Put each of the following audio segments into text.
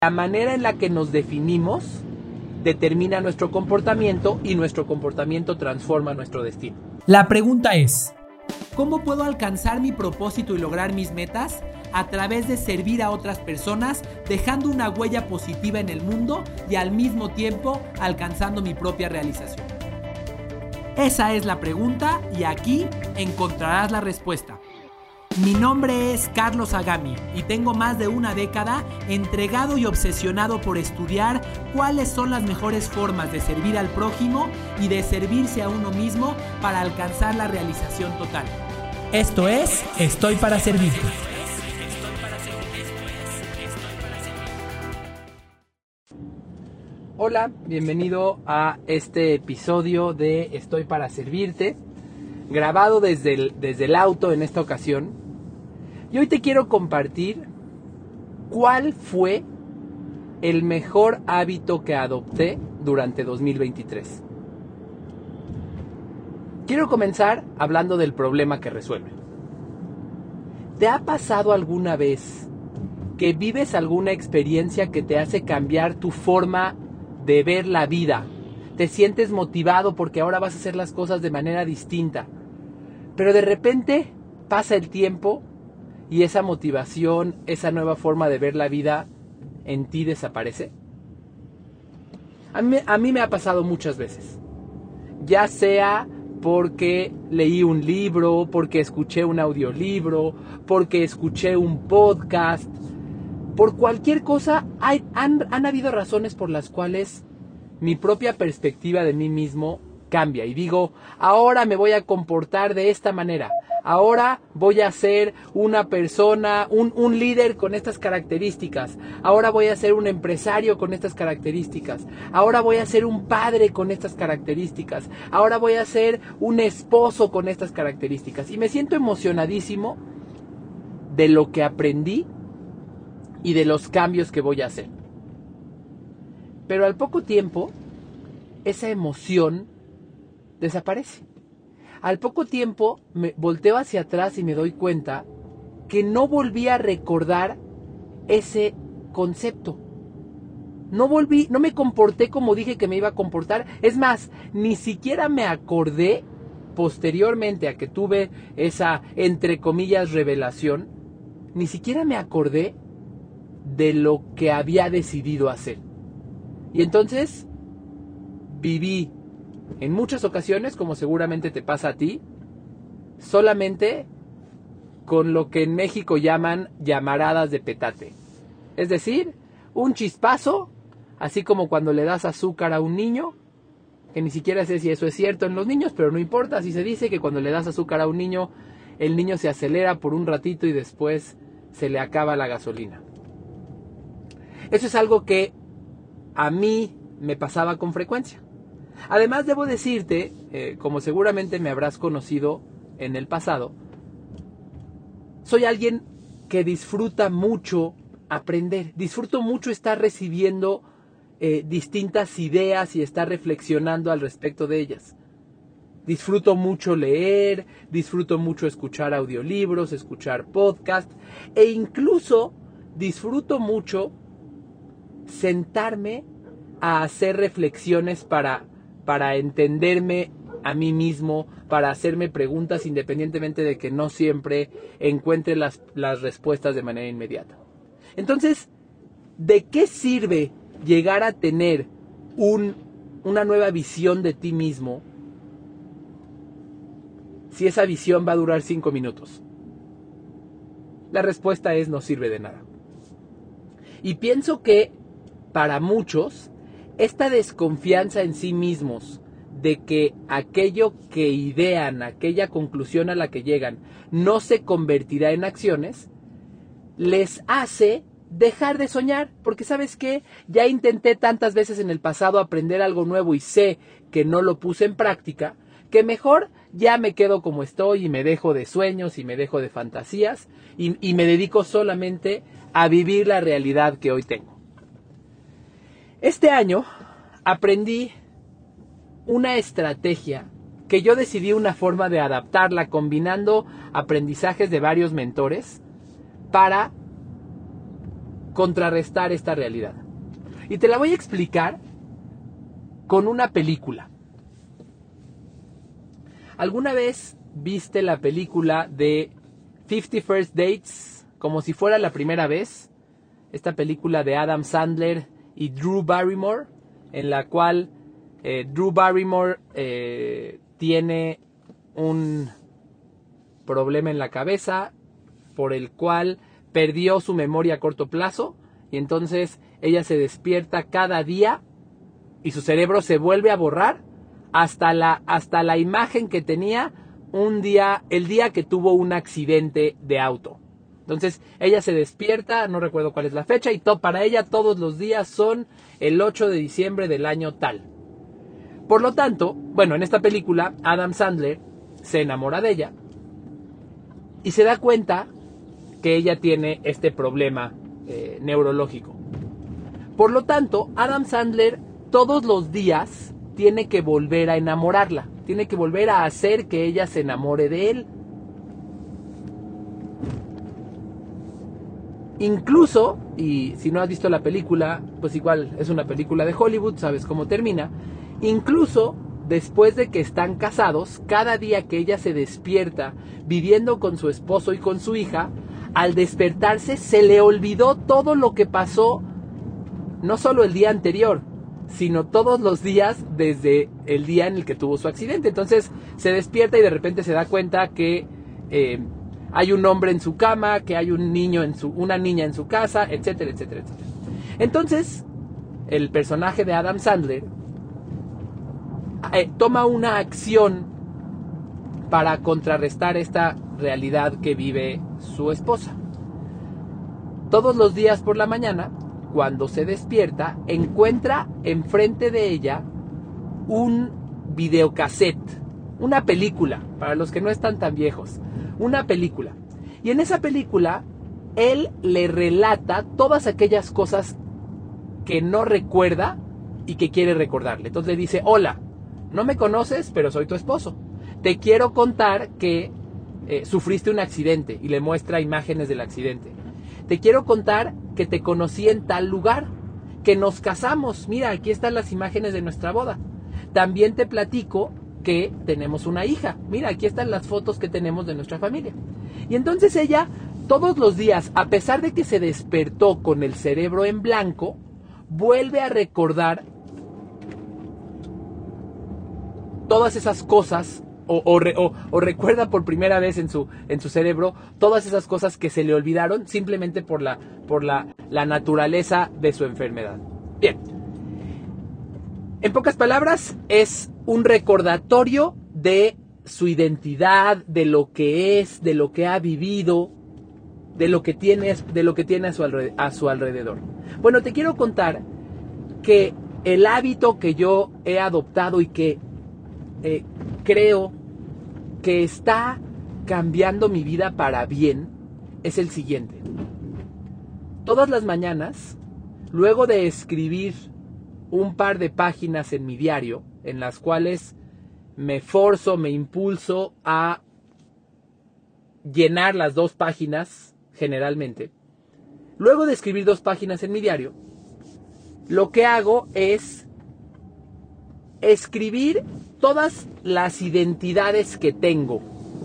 La manera en la que nos definimos determina nuestro comportamiento y nuestro comportamiento transforma nuestro destino. La pregunta es, ¿cómo puedo alcanzar mi propósito y lograr mis metas? A través de servir a otras personas, dejando una huella positiva en el mundo y al mismo tiempo alcanzando mi propia realización. Esa es la pregunta y aquí encontrarás la respuesta. Mi nombre es Carlos Agami y tengo más de una década entregado y obsesionado por estudiar cuáles son las mejores formas de servir al prójimo y de servirse a uno mismo para alcanzar la realización total. Esto es Estoy para Servirte. Hola, bienvenido a este episodio de Estoy para Servirte, grabado desde el auto en esta ocasión. Y hoy te quiero compartir cuál fue el mejor hábito que adopté durante 2023. Quiero comenzar hablando del problema que resuelve. ¿Te ha pasado alguna vez que vives alguna experiencia que te hace cambiar tu forma de ver la vida? Te sientes motivado porque ahora vas a hacer las cosas de manera distinta, pero de repente pasa el tiempo y esa motivación, esa nueva forma de ver la vida en ti desaparece. A mí me ha pasado muchas veces, ya sea porque leí un libro, porque escuché un audiolibro, porque escuché un podcast, por cualquier cosa. Han habido razones por las cuales mi propia perspectiva de mí mismo cambia y digo, ahora me voy a comportar de esta manera, ahora voy a ser una persona, un líder con estas características, ahora voy a ser un empresario con estas características, ahora voy a ser un padre con estas características, ahora voy a ser un esposo con estas características, y me siento emocionadísimo de lo que aprendí y de los cambios que voy a hacer. Pero al poco tiempo, esa emoción desaparece. Al poco tiempo me volteo hacia atrás y me doy cuenta que no volví a recordar ese concepto. No me comporté como dije que me iba a comportar. Es más, ni siquiera me acordé posteriormente a que tuve esa, entre comillas, revelación, ni siquiera me acordé de lo que había decidido hacer. Y entonces viví en muchas ocasiones, como seguramente te pasa a ti, solamente con lo que en México llaman llamaradas de petate. Es decir, un chispazo, así como cuando le das azúcar a un niño, que ni siquiera sé si eso es cierto en los niños, pero no importa, así se dice que cuando le das azúcar a un niño, el niño se acelera por un ratito y después se le acaba la gasolina. Eso es algo que a mí me pasaba con frecuencia. Además, debo decirte, como seguramente me habrás conocido en el pasado, soy alguien que disfruta mucho aprender, disfruto mucho estar recibiendo distintas ideas y estar reflexionando al respecto de ellas. Disfruto mucho leer, disfruto mucho escuchar audiolibros, escuchar podcasts e incluso disfruto mucho sentarme a hacer reflexiones para entenderme a mí mismo, para hacerme preguntas independientemente de que no siempre encuentre las respuestas de manera inmediata. Entonces, ¿de qué sirve llegar a tener una nueva visión de ti mismo si esa visión va a durar 5 minutos? La respuesta es: no sirve de nada. Y pienso que para muchos, esta desconfianza en sí mismos de que aquello que idean, aquella conclusión a la que llegan, no se convertirá en acciones, les hace dejar de soñar. Porque ¿sabes qué? Ya intenté tantas veces en el pasado aprender algo nuevo y sé que no lo puse en práctica, que mejor ya me quedo como estoy y me dejo de sueños y me dejo de fantasías y me dedico solamente a vivir la realidad que hoy tengo. Este año aprendí una estrategia que yo decidí una forma de adaptarla combinando aprendizajes de varios mentores para contrarrestar esta realidad. Y te la voy a explicar con una película. ¿Alguna vez viste la película de 50 First Dates como si fuera la primera vez? Esta película de Adam Sandler y Drew Barrymore, en la cual Drew Barrymore tiene un problema en la cabeza por el cual perdió su memoria a corto plazo, y entonces ella se despierta cada día y su cerebro se vuelve a borrar hasta la imagen que tenía el día que tuvo un accidente de auto. Entonces ella se despierta, no recuerdo cuál es la fecha, y para ella todos los días son el 8 de diciembre del año tal. Por lo tanto, bueno, en esta película Adam Sandler se enamora de ella y se da cuenta que ella tiene este problema neurológico. Por lo tanto, Adam Sandler todos los días tiene que volver a enamorarla, tiene que volver a hacer que ella se enamore de él. Incluso, y si no has visto la película, pues igual es una película de Hollywood, sabes cómo termina. Incluso después de que están casados, cada día que ella se despierta viviendo con su esposo y con su hija, al despertarse se le olvidó todo lo que pasó, no solo el día anterior, sino todos los días desde el día en el que tuvo su accidente. Entonces se despierta y de repente se da cuenta que hay un hombre en su cama, que hay una niña en su casa, etcétera, etcétera, etcétera. Entonces el personaje de Adam Sandler toma una acción para contrarrestar esta realidad que vive su esposa. Todos los días por la mañana, cuando se despierta, encuentra enfrente de ella un videocassette, una película, para los que no están tan viejos, una película. Y en esa película, él le relata todas aquellas cosas que no recuerda y que quiere recordarle. Entonces le dice: hola, no me conoces, pero soy tu esposo. Te quiero contar que sufriste un accidente, y le muestra imágenes del accidente. Te quiero contar que te conocí en tal lugar, que nos casamos. Mira, aquí están las imágenes de nuestra boda. También te platico que tenemos una hija. Mira, aquí están las fotos que tenemos de nuestra familia. Y entonces ella, todos los días, a pesar de que se despertó con el cerebro en blanco, vuelve a recordar todas esas cosas, o recuerda por primera vez en su cerebro todas esas cosas que se le olvidaron simplemente por la naturaleza de su enfermedad. Bien. En pocas palabras, es un recordatorio de su identidad, de lo que es, de lo que ha vivido, de lo que tiene a su alrededor. Bueno, te quiero contar que el hábito que yo he adoptado y que creo que está cambiando mi vida para bien es el siguiente. Todas las mañanas, luego de escribir un par de páginas en mi diario, en las cuales me impulso a llenar las 2 páginas generalmente, luego de escribir 2 páginas en mi diario, lo que hago es escribir todas las identidades que tengo.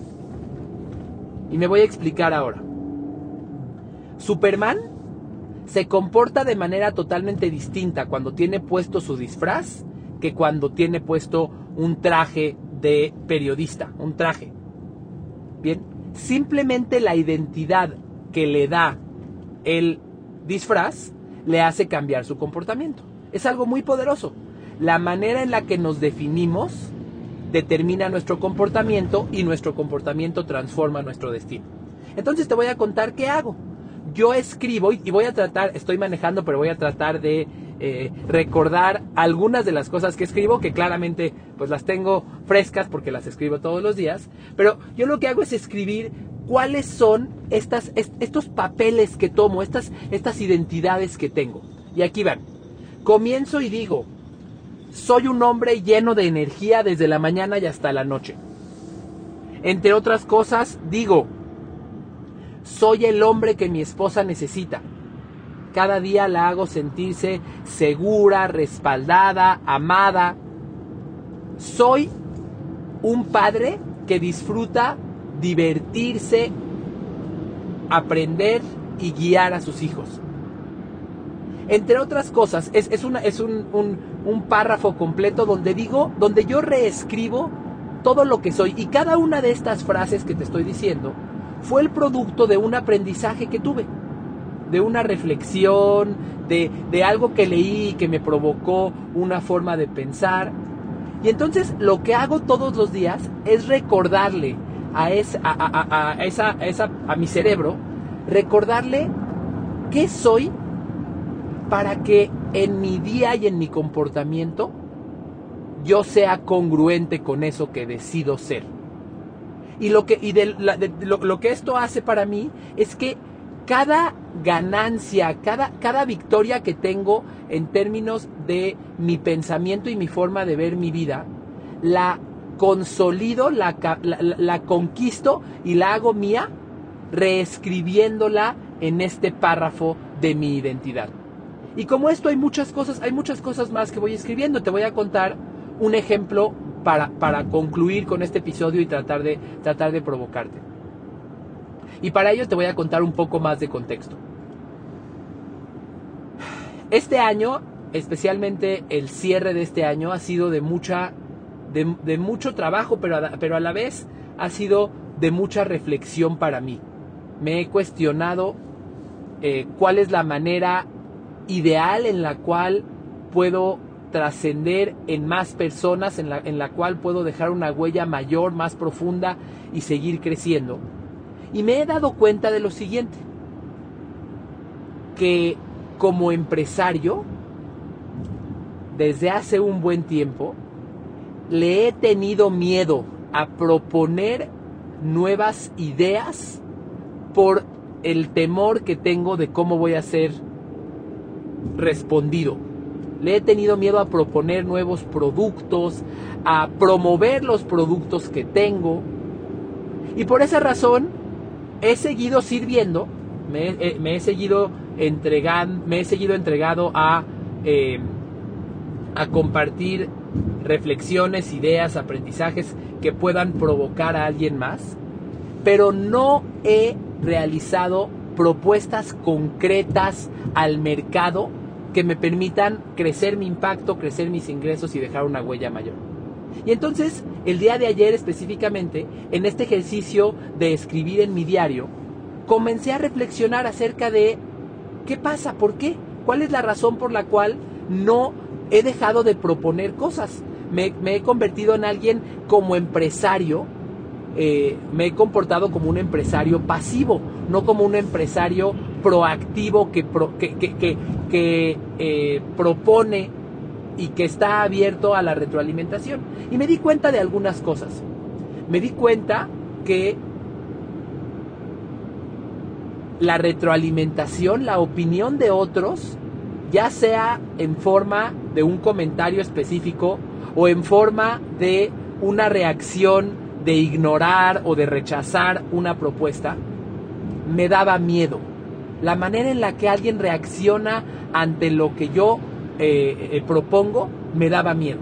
Y me voy a explicar ahora. Superman se comporta de manera totalmente distinta cuando tiene puesto su disfraz que cuando tiene puesto un traje de periodista, un traje. Bien, simplemente la identidad que le da el disfraz le hace cambiar su comportamiento. Es algo muy poderoso. La manera en la que nos definimos determina nuestro comportamiento, y nuestro comportamiento transforma nuestro destino. Entonces te voy a contar qué hago. Yo escribo y voy a tratar, estoy manejando, pero voy a tratar de recordar algunas de las cosas que escribo, que claramente pues las tengo frescas porque las escribo todos los días. Pero yo lo que hago es escribir cuáles son estos papeles que tomo, estas identidades que tengo. Y aquí van. Comienzo y digo: soy un hombre lleno de energía desde la mañana y hasta la noche. Entre otras cosas, digo: soy el hombre que mi esposa necesita. cada día la hago sentirse segura, respaldada, amada. Soy un padre que disfruta divertirse, aprender y guiar a sus hijos. Entre otras cosas, es un párrafo completo donde yo reescribo todo lo que soy. Y cada una de estas frases que te estoy diciendo fue el producto de un aprendizaje que tuve, de una reflexión, de algo que leí y que me provocó una forma de pensar. Y entonces lo que hago todos los días es recordarle a mi cerebro, recordarle qué soy para que en mi día y en mi comportamiento yo sea congruente con eso que decido ser. Y lo que esto hace para mí es que cada ganancia, cada victoria que tengo en términos de mi pensamiento y mi forma de ver mi vida, la consolido, la conquisto y la hago mía, reescribiéndola en este párrafo de mi identidad. Y como esto hay muchas cosas más que voy escribiendo. Te voy a contar un ejemplo para concluir con este episodio y tratar de provocarte. Y para ello te voy a contar un poco más de contexto. Este año, especialmente el cierre de este año, ha sido de mucho trabajo, pero a la vez ha sido de mucha reflexión para mí. Me he cuestionado cuál es la manera ideal en la cual puedo trascender en más personas, en la cual puedo dejar una huella mayor, más profunda y seguir creciendo. Y me he dado cuenta de lo siguiente, que como empresario, desde hace un buen tiempo, le he tenido miedo a proponer nuevas ideas por el temor que tengo de cómo voy a ser respondido. Le he tenido miedo a proponer nuevos productos, a promover los productos que tengo. Y por esa razón he seguido sirviendo, me he seguido entregado a compartir reflexiones, ideas, aprendizajes que puedan provocar a alguien más, pero no he realizado propuestas concretas al mercado que me permitan crecer mi impacto, crecer mis ingresos y dejar una huella mayor. Y entonces, el día de ayer específicamente, en este ejercicio de escribir en mi diario, comencé a reflexionar acerca de qué pasa, por qué, cuál es la razón por la cual no he dejado de proponer cosas. Me he convertido en alguien como empresario, me he comportado como un empresario pasivo, no como un empresario proactivo que propone y que está abierto a la retroalimentación. Y me di cuenta de algunas cosas. Me di cuenta que la retroalimentación, la opinión de otros, ya sea en forma de un comentario específico o en forma de una reacción de ignorar o de rechazar una propuesta, me daba miedo. La manera en la que alguien reacciona ante lo que yo propongo me daba miedo.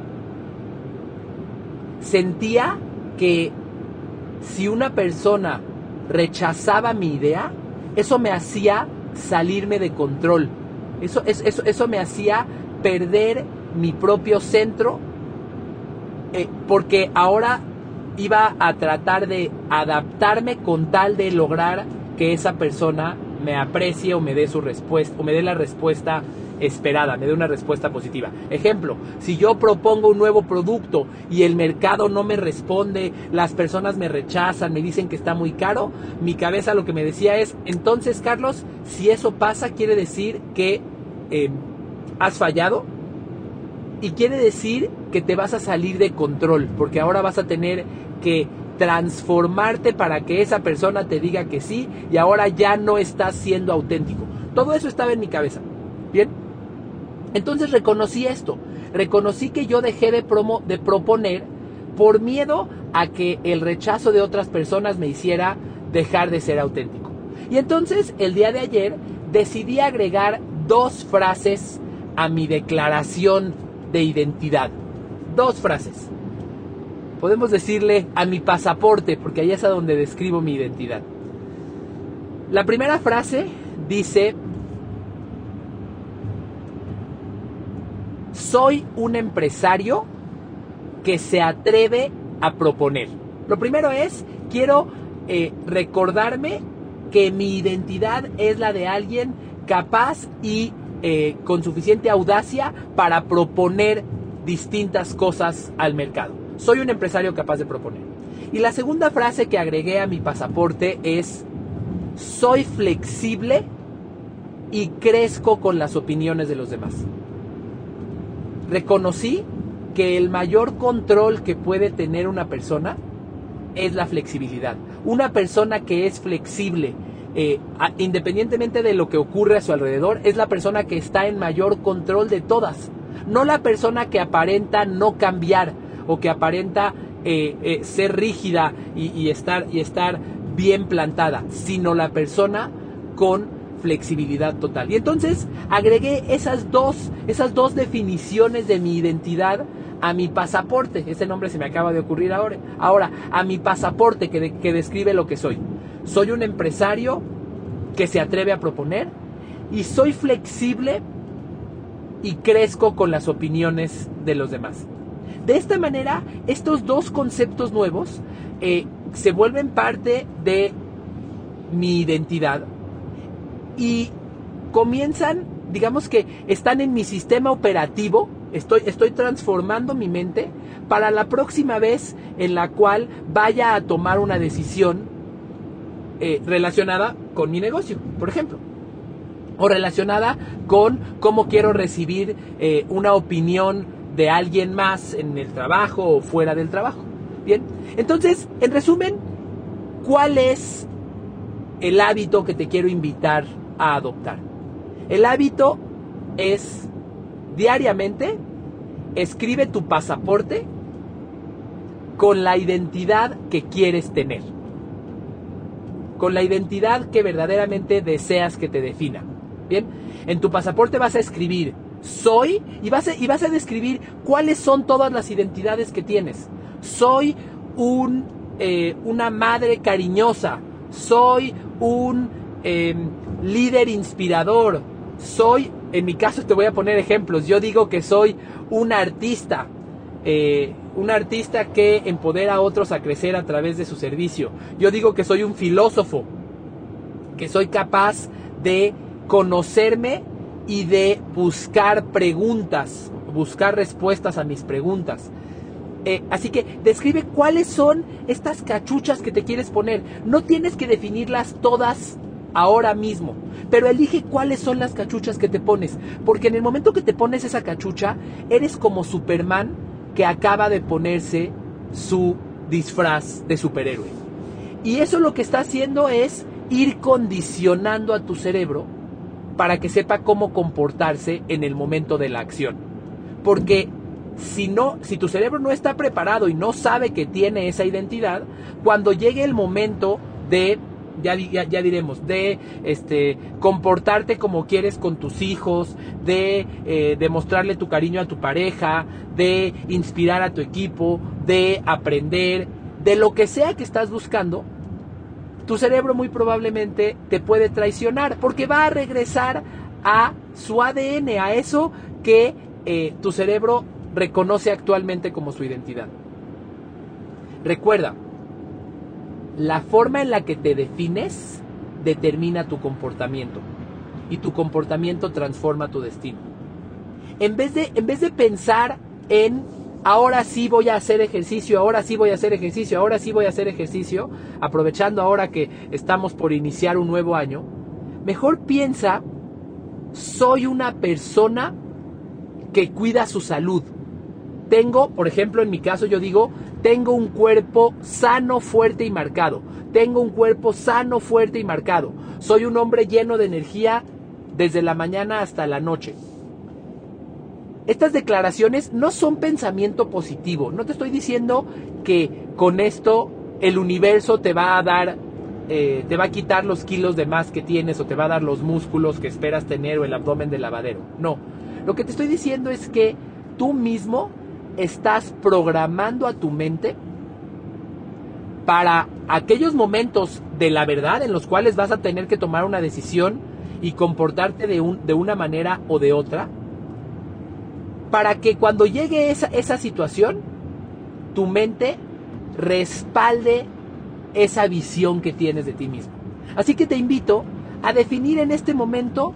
Sentía que si una persona rechazaba mi idea, eso me hacía salirme de control. Eso me hacía perder mi propio centro, porque ahora iba a tratar de adaptarme con tal de lograr que esa persona me aprecie o me dé su respuesta, o me dé la respuesta esperada, me dé una respuesta positiva. Ejemplo, si yo propongo un nuevo producto y el mercado no me responde, las personas me rechazan, me dicen que está muy caro, mi cabeza lo que me decía es, entonces Carlos, si eso pasa, quiere decir que has fallado y quiere decir que te vas a salir de control, porque ahora vas a tener que transformarte para que esa persona te diga que sí y ahora ya no estás siendo auténtico. Todo eso estaba en mi cabeza. Bien, entonces reconocí esto, reconocí que yo dejé de proponer por miedo a que el rechazo de otras personas me hiciera dejar de ser auténtico. Y entonces el día de ayer decidí agregar 2 frases a mi declaración de identidad. 2 frases. Podemos decirle a mi pasaporte, porque ahí es a donde describo mi identidad. La primera frase dice: soy un empresario que se atreve a proponer. Lo primero es, quiero recordarme que mi identidad es la de alguien capaz y con suficiente audacia para proponer distintas cosas al mercado. Soy un empresario capaz de proponer. Y la segunda frase que agregué a mi pasaporte es: soy flexible y crezco con las opiniones de los demás. Reconocí que el mayor control que puede tener una persona es la flexibilidad. Una persona que es flexible, independientemente de lo que ocurre a su alrededor, es la persona que está en mayor control de todas. No la persona que aparenta no cambiar o que aparenta ser rígida y estar bien plantada, sino la persona con flexibilidad total. Y entonces agregué esas dos definiciones de mi identidad a mi pasaporte. Ese nombre se me acaba de ocurrir ahora. Ahora, a mi pasaporte que describe lo que soy. Soy un empresario que se atreve a proponer y soy flexible y crezco con las opiniones de los demás. De esta manera, estos 2 conceptos nuevos se vuelven parte de mi identidad y comienzan, digamos que están en mi sistema operativo. Estoy transformando mi mente para la próxima vez en la cual vaya a tomar una decisión relacionada con mi negocio, por ejemplo, o relacionada con cómo quiero recibir una opinión de alguien más en el trabajo o fuera del trabajo. Bien, entonces, en resumen, ¿cuál es el hábito que te quiero invitar a adoptar? El hábito es: diariamente escribe tu pasaporte con la identidad que quieres tener, con la identidad que verdaderamente deseas que te defina. Bien, en tu pasaporte vas a escribir soy y vas a describir cuáles son todas las identidades que tienes. Soy una madre cariñosa, soy un líder inspirador, en mi caso te voy a poner ejemplos. Yo digo que soy un artista que empodera a otros a crecer a través de su servicio. Yo digo que soy un filósofo, que soy capaz de conocerme y de buscar respuestas a mis preguntas. Así que describe cuáles son estas cachuchas que te quieres poner. No tienes que definirlas todas ahora mismo, pero elige cuáles son las cachuchas que te pones, porque en el momento que te pones esa cachucha, eres como Superman que acaba de ponerse su disfraz de superhéroe. Y eso lo que está haciendo es ir condicionando a tu cerebro para que sepa cómo comportarse en el momento de la acción. Porque si tu cerebro no está preparado y no sabe que tiene esa identidad, cuando llegue el momento de ya diremos, de comportarte como quieres con tus hijos, de demostrarle tu cariño a tu pareja, de inspirar a tu equipo, de aprender, de lo que sea que estás buscando, tu cerebro muy probablemente te puede traicionar, porque va a regresar a su ADN, a eso que tu cerebro reconoce actualmente como su identidad. Recuerda, la forma en la que te defines determina tu comportamiento, y tu comportamiento transforma tu destino. En vez de pensar en ahora sí voy a hacer ejercicio, ahora sí voy a hacer ejercicio, ahora sí voy a hacer ejercicio, aprovechando ahora que estamos por iniciar un nuevo año, mejor piensa: soy una persona que cuida su salud. Tengo, por ejemplo, en mi caso yo digo, tengo un cuerpo sano, fuerte y marcado. Tengo un cuerpo sano, fuerte y marcado. Soy un hombre lleno de energía desde la mañana hasta la noche. Estas declaraciones no son pensamiento positivo. No te estoy diciendo que con esto el universo te va a dar te va a quitar los kilos de más que tienes o te va a dar los músculos que esperas tener o el abdomen de lavadero. No, lo que te estoy diciendo es que tú mismo estás programando a tu mente para aquellos momentos de la verdad en los cuales vas a tener que tomar una decisión y comportarte de una manera o de otra, para que cuando llegue esa situación, tu mente respalde esa visión que tienes de ti mismo. Así que te invito a definir en este momento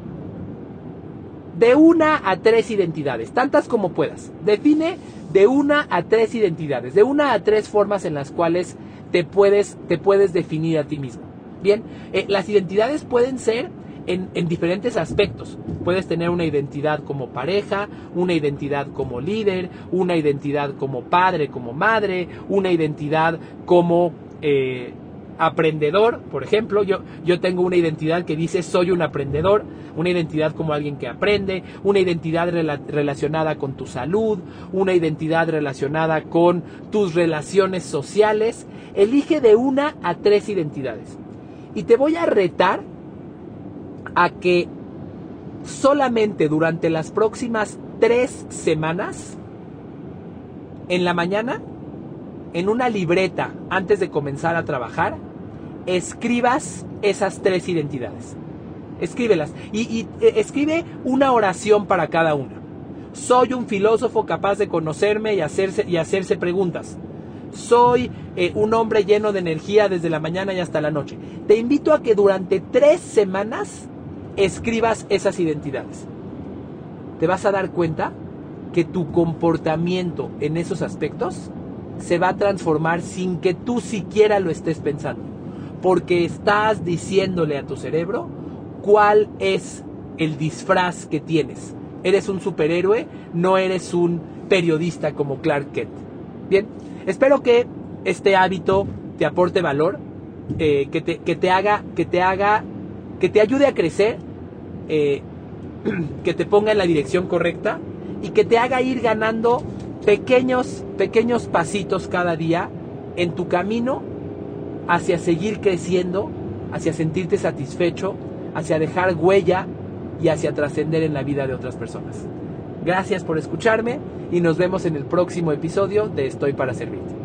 de 1 a 3 identidades, tantas como puedas. Define de 1 a 3 identidades, de 1 a 3 formas en las cuales te puedes definir a ti mismo. Bien, las identidades pueden ser en diferentes aspectos. Puedes tener una identidad como pareja, una identidad como líder, una identidad como padre, como madre, una identidad como aprendedor. Por ejemplo, yo tengo una identidad que dice soy un aprendedor, una identidad como alguien que aprende, una identidad relacionada con tu salud, una identidad relacionada con tus relaciones sociales. Elige de 1 a 3 identidades. Y te voy a retar a que solamente durante las próximas 3 semanas, en la mañana, en una libreta, antes de comenzar a trabajar, escribas esas 3 identidades. Escríbelas. Y escribe una oración para cada una. Soy un filósofo capaz de conocerme y hacerse preguntas. Soy un hombre lleno de energía desde la mañana y hasta la noche. Te invito a que durante 3 semanas escribas esas identidades. Te vas a dar cuenta que tu comportamiento en esos aspectos se va a transformar sin que tú siquiera lo estés pensando, porque estás diciéndole a tu cerebro cuál es el disfraz que tienes. Eres un superhéroe, no eres un periodista como Clark Kent. Bien, espero que este hábito te aporte valor, que te ayude a crecer, que te ponga en la dirección correcta y que te haga ir ganando pequeños pasitos cada día en tu camino hacia seguir creciendo, hacia sentirte satisfecho, hacia dejar huella y hacia trascender en la vida de otras personas. Gracias por escucharme y nos vemos en el próximo episodio de Estoy para Servirte.